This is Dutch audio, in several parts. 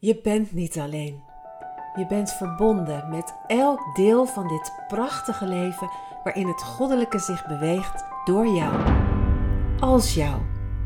Je bent niet alleen. Je bent verbonden met elk deel van dit prachtige leven waarin het goddelijke zich beweegt door jou. Als jou.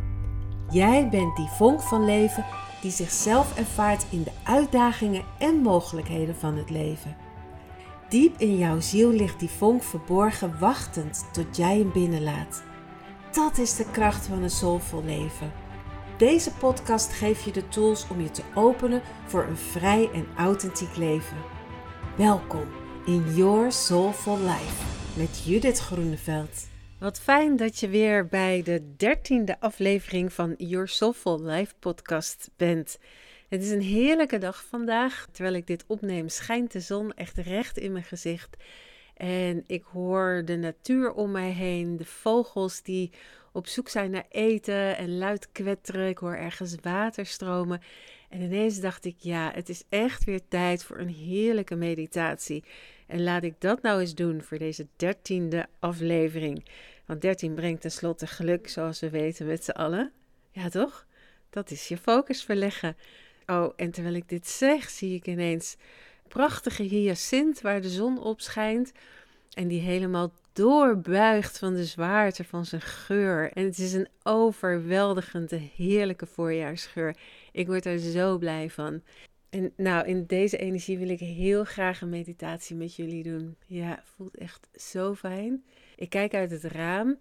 Jij bent die vonk van leven die zichzelf ervaart in de uitdagingen en mogelijkheden van het leven. Diep in jouw ziel ligt die vonk verborgen, wachtend tot jij hem binnenlaat. Dat is de kracht van een soulvol leven. Deze podcast geeft je de tools om je te openen voor een vrij en authentiek leven. Welkom in Your Soulful Life met Judith Groeneveld. Wat fijn dat je weer bij de 13e aflevering van Your Soulful Life podcast bent. Het is een heerlijke dag vandaag. Terwijl ik dit opneem schijnt de zon echt recht in mijn gezicht. En ik hoor de natuur om mij heen, de vogels die op zoek zijn naar eten en luid kwetteren. Ik hoor ergens water stromen. En ineens dacht ik, ja, het is echt weer tijd voor een heerlijke meditatie. En laat ik dat nou eens doen voor deze 13e aflevering. Want 13 brengt tenslotte geluk, zoals we weten met z'n allen. Ja, toch? Dat is je focus verleggen. Oh, en terwijl ik dit zeg, zie ik ineens prachtige hyacint waar de zon op schijnt. En die helemaal doorbuigt van de zwaarte van zijn geur. En het is een overweldigende, heerlijke voorjaarsgeur. Ik word er zo blij van. En nou, in deze energie wil ik heel graag een meditatie met jullie doen. Ja, voelt echt zo fijn. Ik kijk uit het raam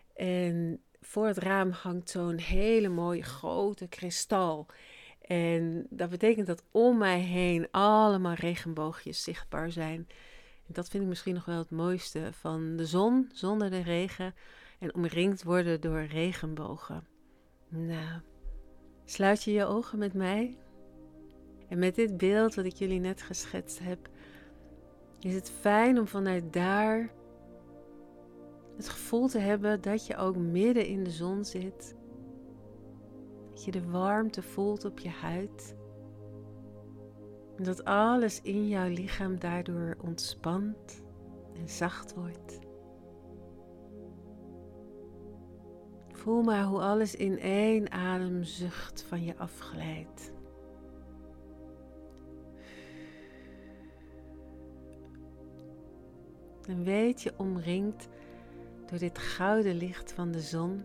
en voor het raam hangt zo'n hele mooie grote kristal. En dat betekent dat om mij heen allemaal regenboogjes zichtbaar zijn. En dat vind ik misschien nog wel het mooiste van de zon zonder de regen en omringd worden door regenbogen. Nou, sluit je ogen met mij. En met dit beeld wat ik jullie net geschetst heb, is het fijn om vanuit daar het gevoel te hebben dat je ook midden in de zon zit. Dat je de warmte voelt op je huid. En dat alles in jouw lichaam daardoor ontspant en zacht wordt. Voel maar hoe alles in één ademzucht van je afglijdt. En weet je omringd door dit gouden licht van de zon,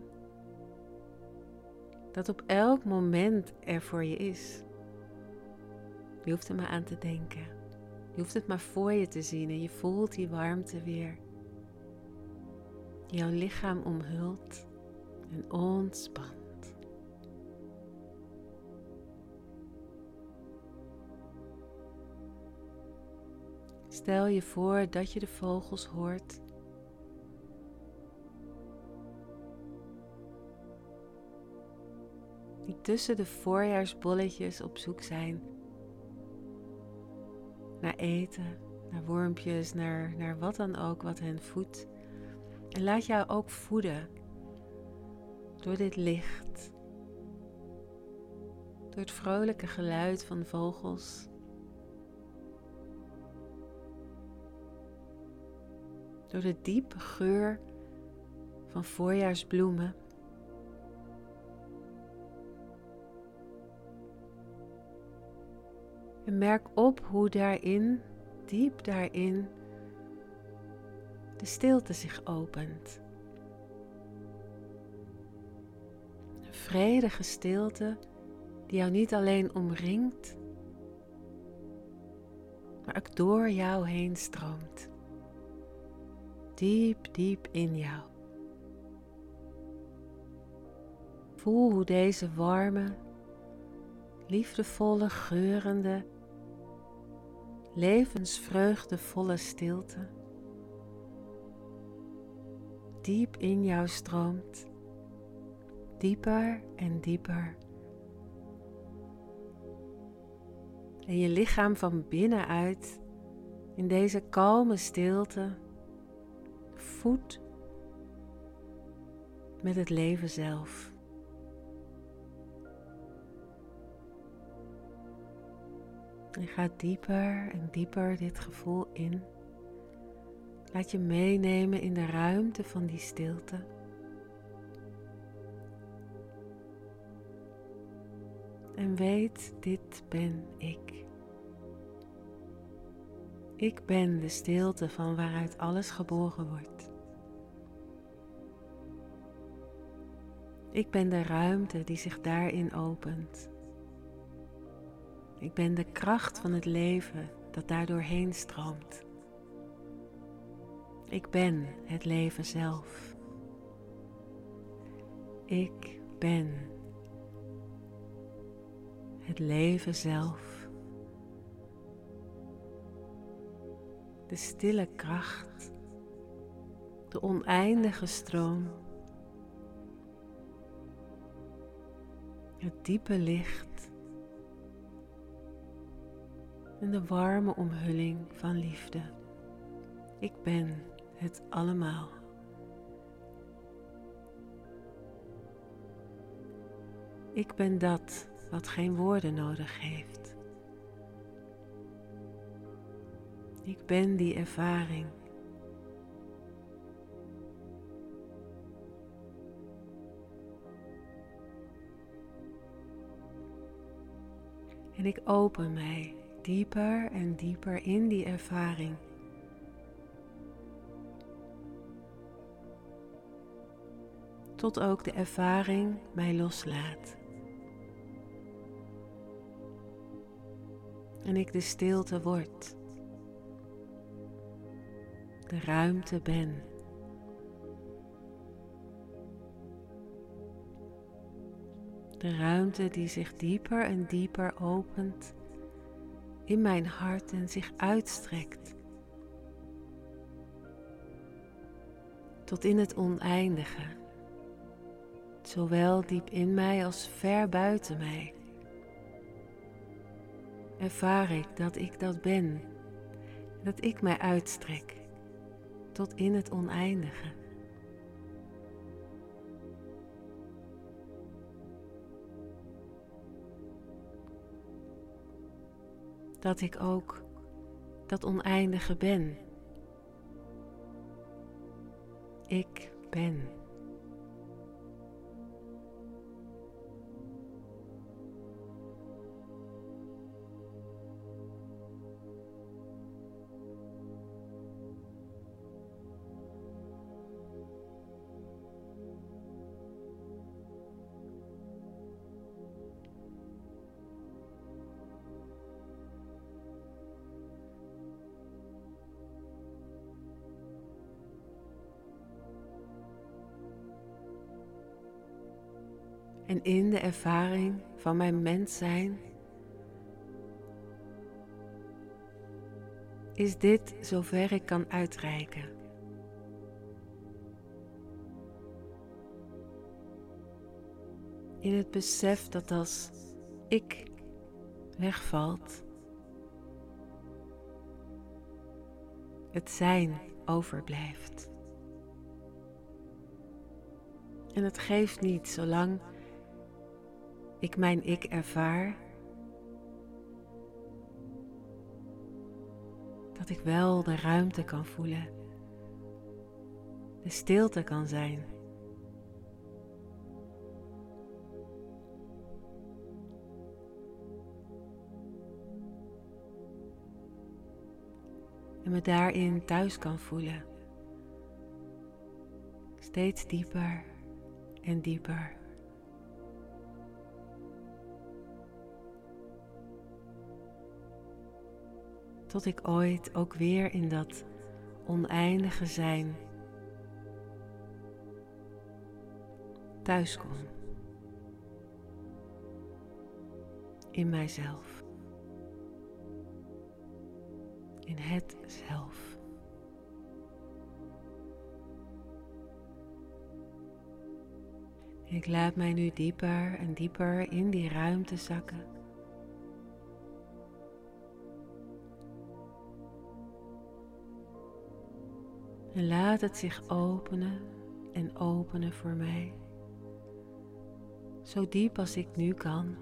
dat op elk moment er voor je is. Je hoeft er maar aan te denken. Je hoeft het maar voor je te zien en je voelt die warmte weer. Die jouw lichaam omhult en ontspant. Stel je voor dat je de vogels hoort. Die tussen de voorjaarsbolletjes op zoek zijn naar eten, naar wormpjes, naar wat dan ook wat hen voedt. En laat jou ook voeden door dit licht, door het vrolijke geluid van vogels, door de diepe geur van voorjaarsbloemen. En merk op hoe daarin, diep daarin, de stilte zich opent. Een vredige stilte die jou niet alleen omringt, maar ook door jou heen stroomt. Diep, diep in jou. Voel hoe deze warme, liefdevolle, geurende, levensvreugdevolle stilte diep in jou stroomt, dieper en dieper. En je lichaam van binnenuit in deze kalme stilte voedt met het leven zelf. En ga dieper en dieper dit gevoel in. Laat je meenemen in de ruimte van die stilte. En en weet, dit ben ik. Ik ben de stilte van waaruit alles geboren wordt. Ik ben de ruimte die zich daarin opent. Ik ben de kracht van het leven dat daardoorheen stroomt. Ik ben het leven zelf. Ik ben het leven zelf. De stille kracht, de oneindige stroom, het diepe licht en de warme omhulling van liefde. Ik ben het allemaal. Ik ben dat wat geen woorden nodig heeft. Ik ben die ervaring. En ik open mij dieper en dieper in die ervaring. Tot ook de ervaring mij loslaat. En ik de stilte word. De ruimte ben. De ruimte die zich dieper en dieper opent in mijn hart en zich uitstrekt tot in het oneindige, zowel diep in mij als ver buiten mij. Ervaar ik dat ben, dat ik mij uitstrek tot in het oneindige. Dat ik ook dat oneindige ben. Ik ben. En in de ervaring van mijn mens zijn is dit zover ik kan uitreiken. In het besef dat als ik wegvalt, het zijn overblijft. En het geeft niet zolang ik mijn ik ervaar, dat ik wel de ruimte kan voelen, de stilte kan zijn. En me daarin thuis kan voelen, steeds dieper en dieper. Tot ik ooit ook weer in dat oneindige zijn thuis kom. In mijzelf. In het zelf. Ik laat mij nu dieper en dieper in die ruimte zakken. En laat het zich openen en openen voor mij. Zo diep als ik nu kan.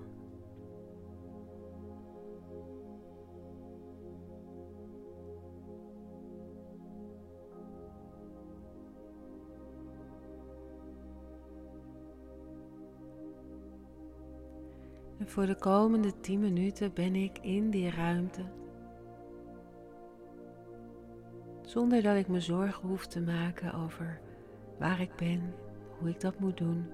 En voor de komende 10 minuten ben ik in die ruimte, zonder dat ik me zorgen hoef te maken over waar ik ben, hoe ik dat moet doen.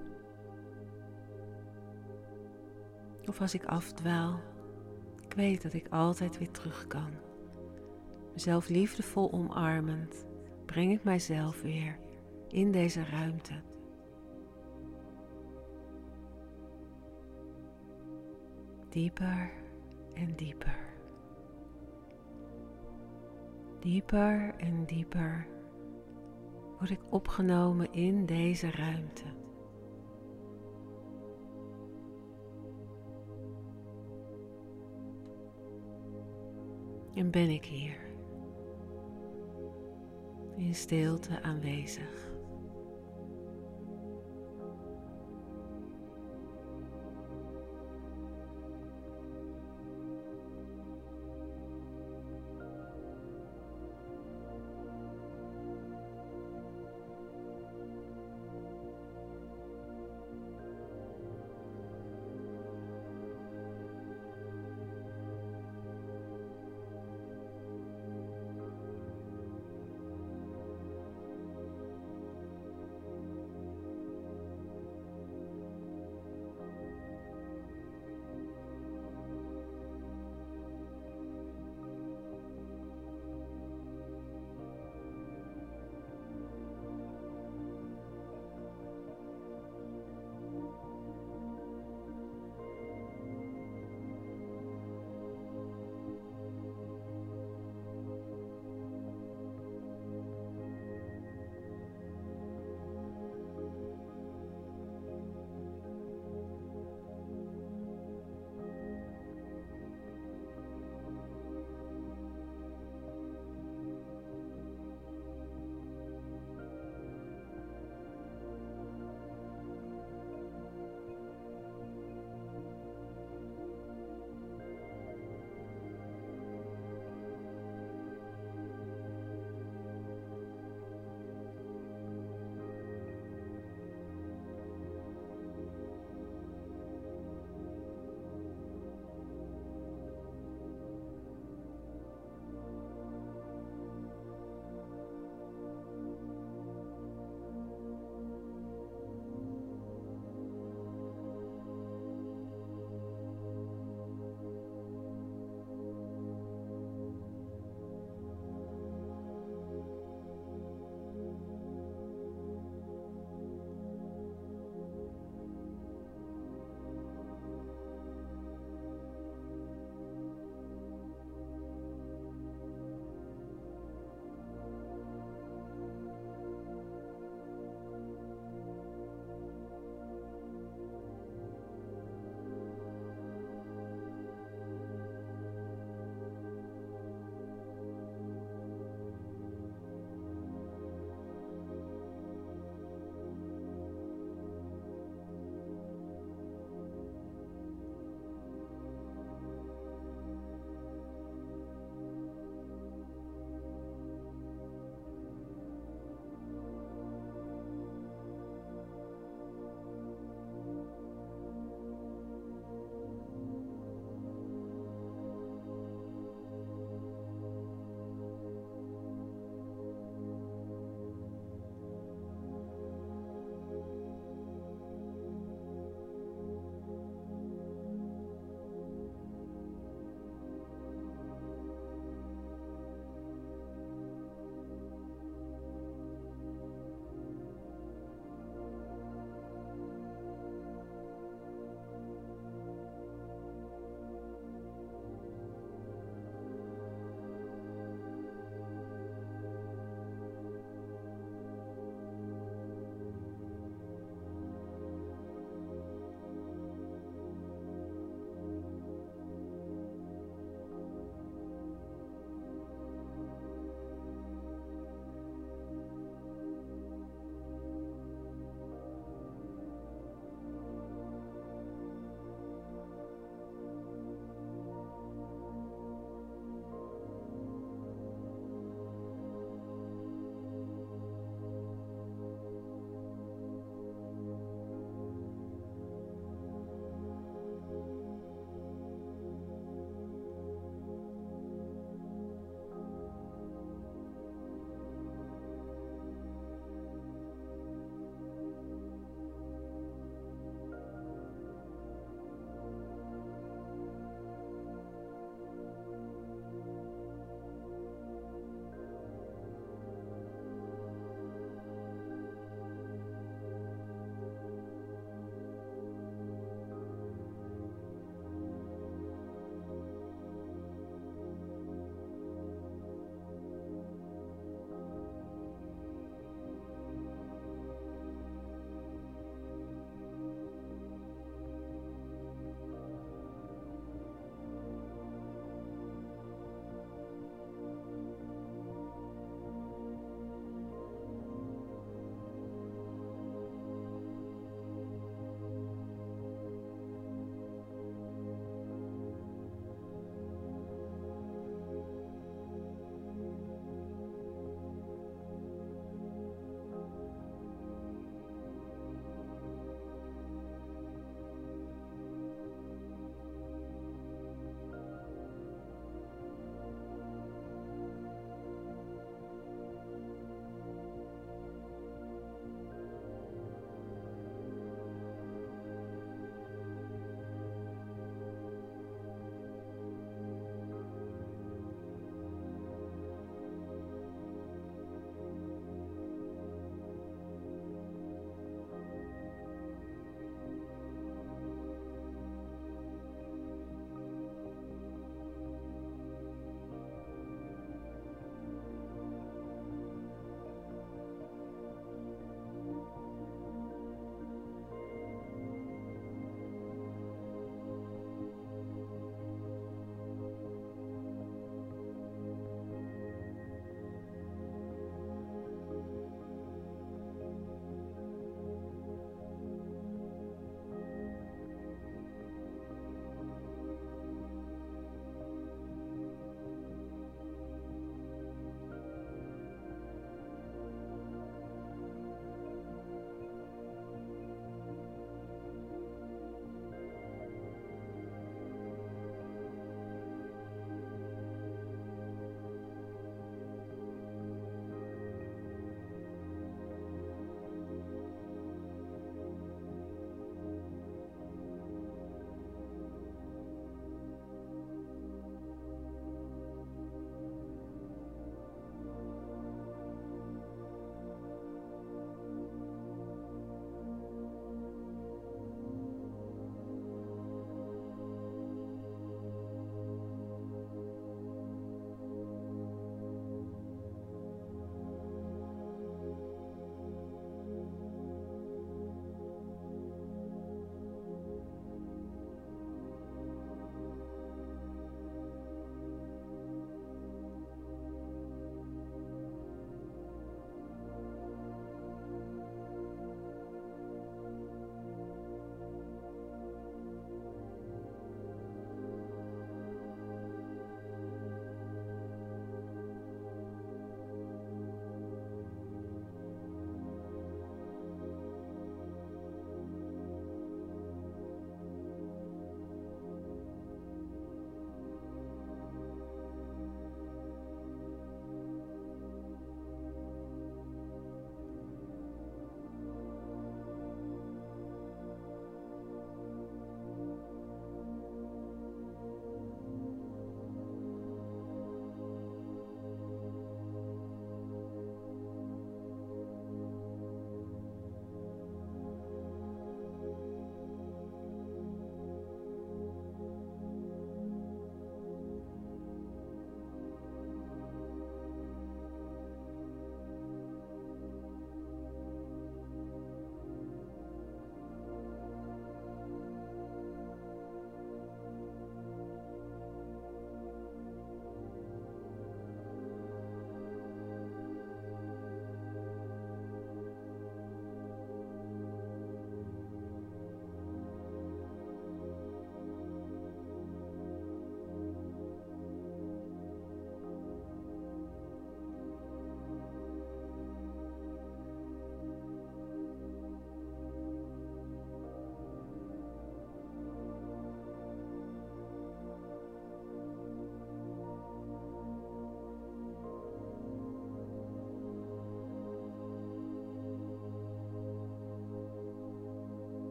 Of als ik afdwaal, ik weet dat ik altijd weer terug kan. Mezelf liefdevol omarmend, breng ik mijzelf weer in deze ruimte. Dieper en dieper. Dieper en dieper word ik opgenomen in deze ruimte. En ben ik hier, in stilte aanwezig.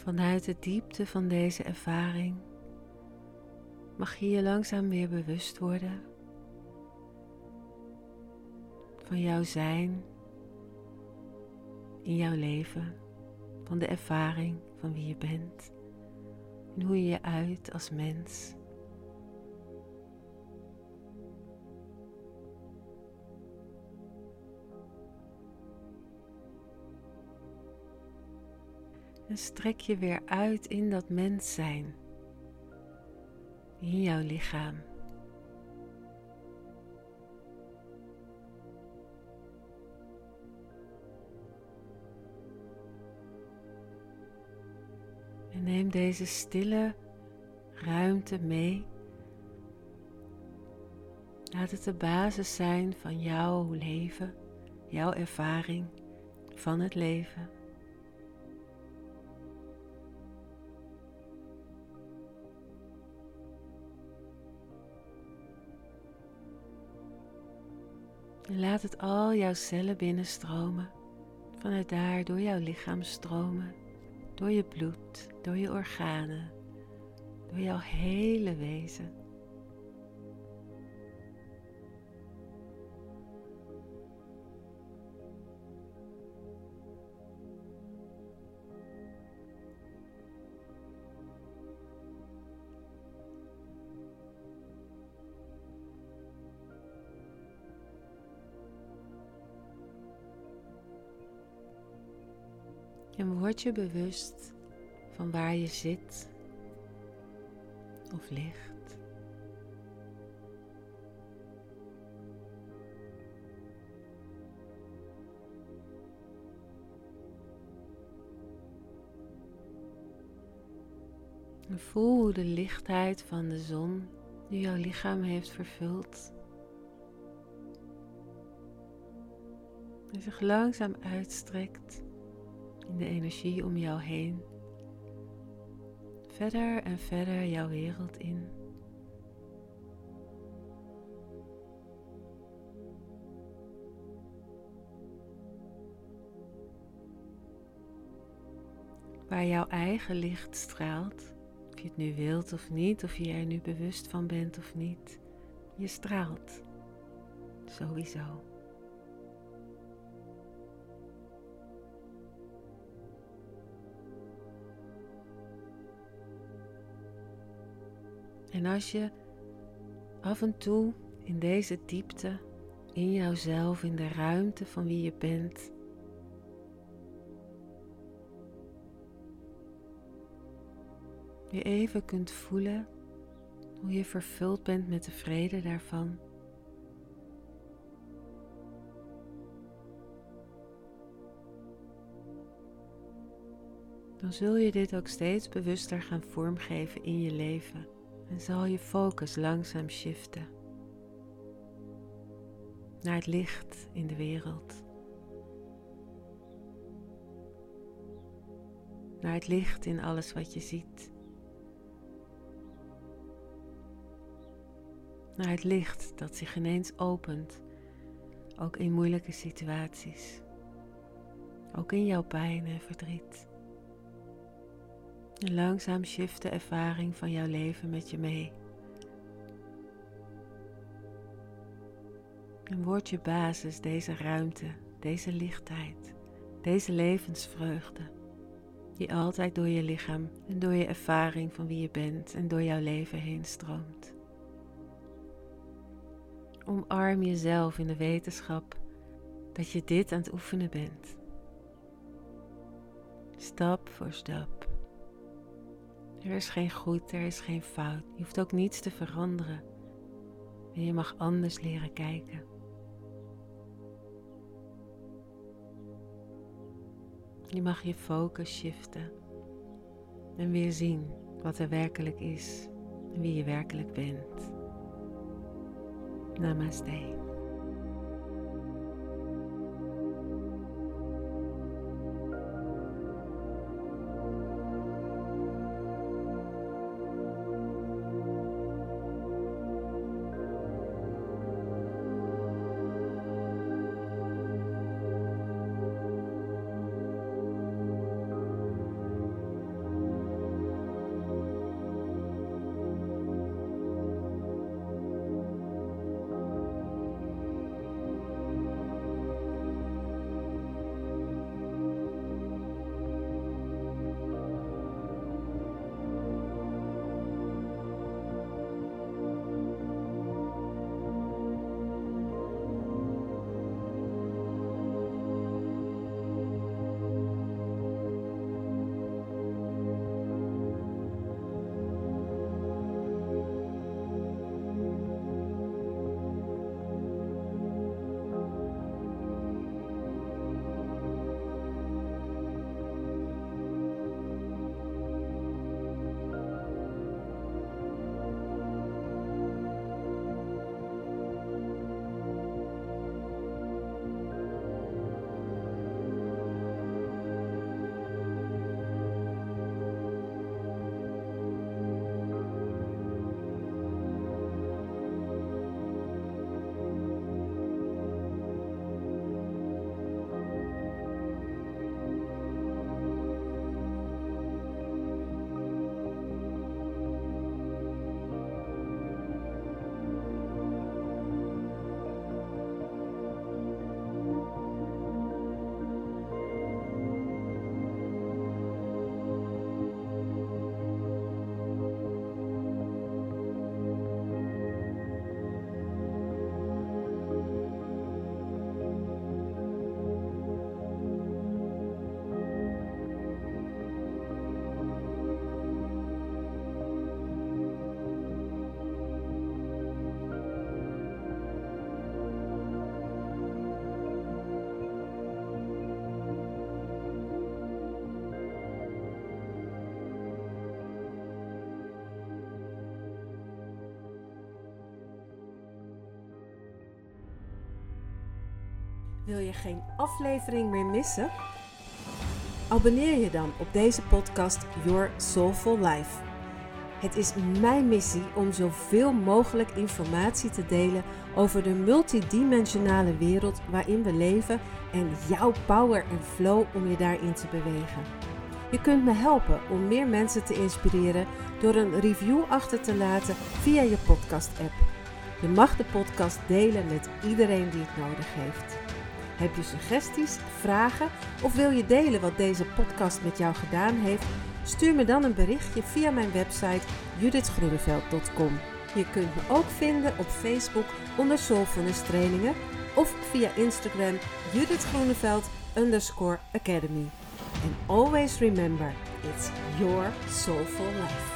Vanuit de diepte van deze ervaring mag je je langzaam weer bewust worden van jouw zijn in jouw leven, van de ervaring van wie je bent en hoe je je uit als mens. En strek je weer uit in dat mens zijn, in jouw lichaam. En neem deze stille ruimte mee. Laat het de basis zijn van jouw leven, jouw ervaring van het leven. En laat het al jouw cellen binnenstromen, vanuit daar door jouw lichaam stromen, door je bloed, door je organen, door jouw hele wezen. En word je bewust van waar je zit of ligt. En voel hoe de lichtheid van de zon nu jouw lichaam heeft vervuld en zich langzaam uitstrekt in de energie om jou heen, verder en verder jouw wereld in. Waar jouw eigen licht straalt, of je het nu wilt of niet, of je er nu bewust van bent of niet, je straalt, sowieso. En als je af en toe in deze diepte, in jouzelf, in de ruimte van wie je bent, je even kunt voelen hoe je vervuld bent met de vrede daarvan. Dan zul je dit ook steeds bewuster gaan vormgeven in je leven. En zal je focus langzaam shiften naar het licht in de wereld. Naar het licht in alles wat je ziet. Naar het licht dat zich ineens opent, ook in moeilijke situaties. Ook in jouw pijn en verdriet. En langzaam shift de ervaring van jouw leven met je mee. En wordt je basis deze ruimte, deze lichtheid, deze levensvreugde, die altijd door je lichaam en door je ervaring van wie je bent en door jouw leven heen stroomt. Omarm jezelf in de wetenschap dat je dit aan het oefenen bent. Stap voor stap. Er is geen goed, er is geen fout. Je hoeft ook niets te veranderen. En je mag anders leren kijken. Je mag je focus shiften. En weer zien wat er werkelijk is. En wie je werkelijk bent. Namaste. Wil je geen aflevering meer missen? Abonneer je dan op deze podcast Your Soulful Life. Het is mijn missie om zoveel mogelijk informatie te delen over de multidimensionale wereld waarin we leven en jouw power en flow om je daarin te bewegen. Je kunt me helpen om meer mensen te inspireren door een review achter te laten via je podcast-app. Je mag de podcast delen met iedereen die het nodig heeft. Heb je suggesties, vragen of wil je delen wat deze podcast met jou gedaan heeft? Stuur me dan een berichtje via mijn website judithgroeneveld.com. Je kunt me ook vinden op Facebook onder Soulfulness Trainingen of via Instagram judithgroeneveld_academy. And always remember, it's your soulful life.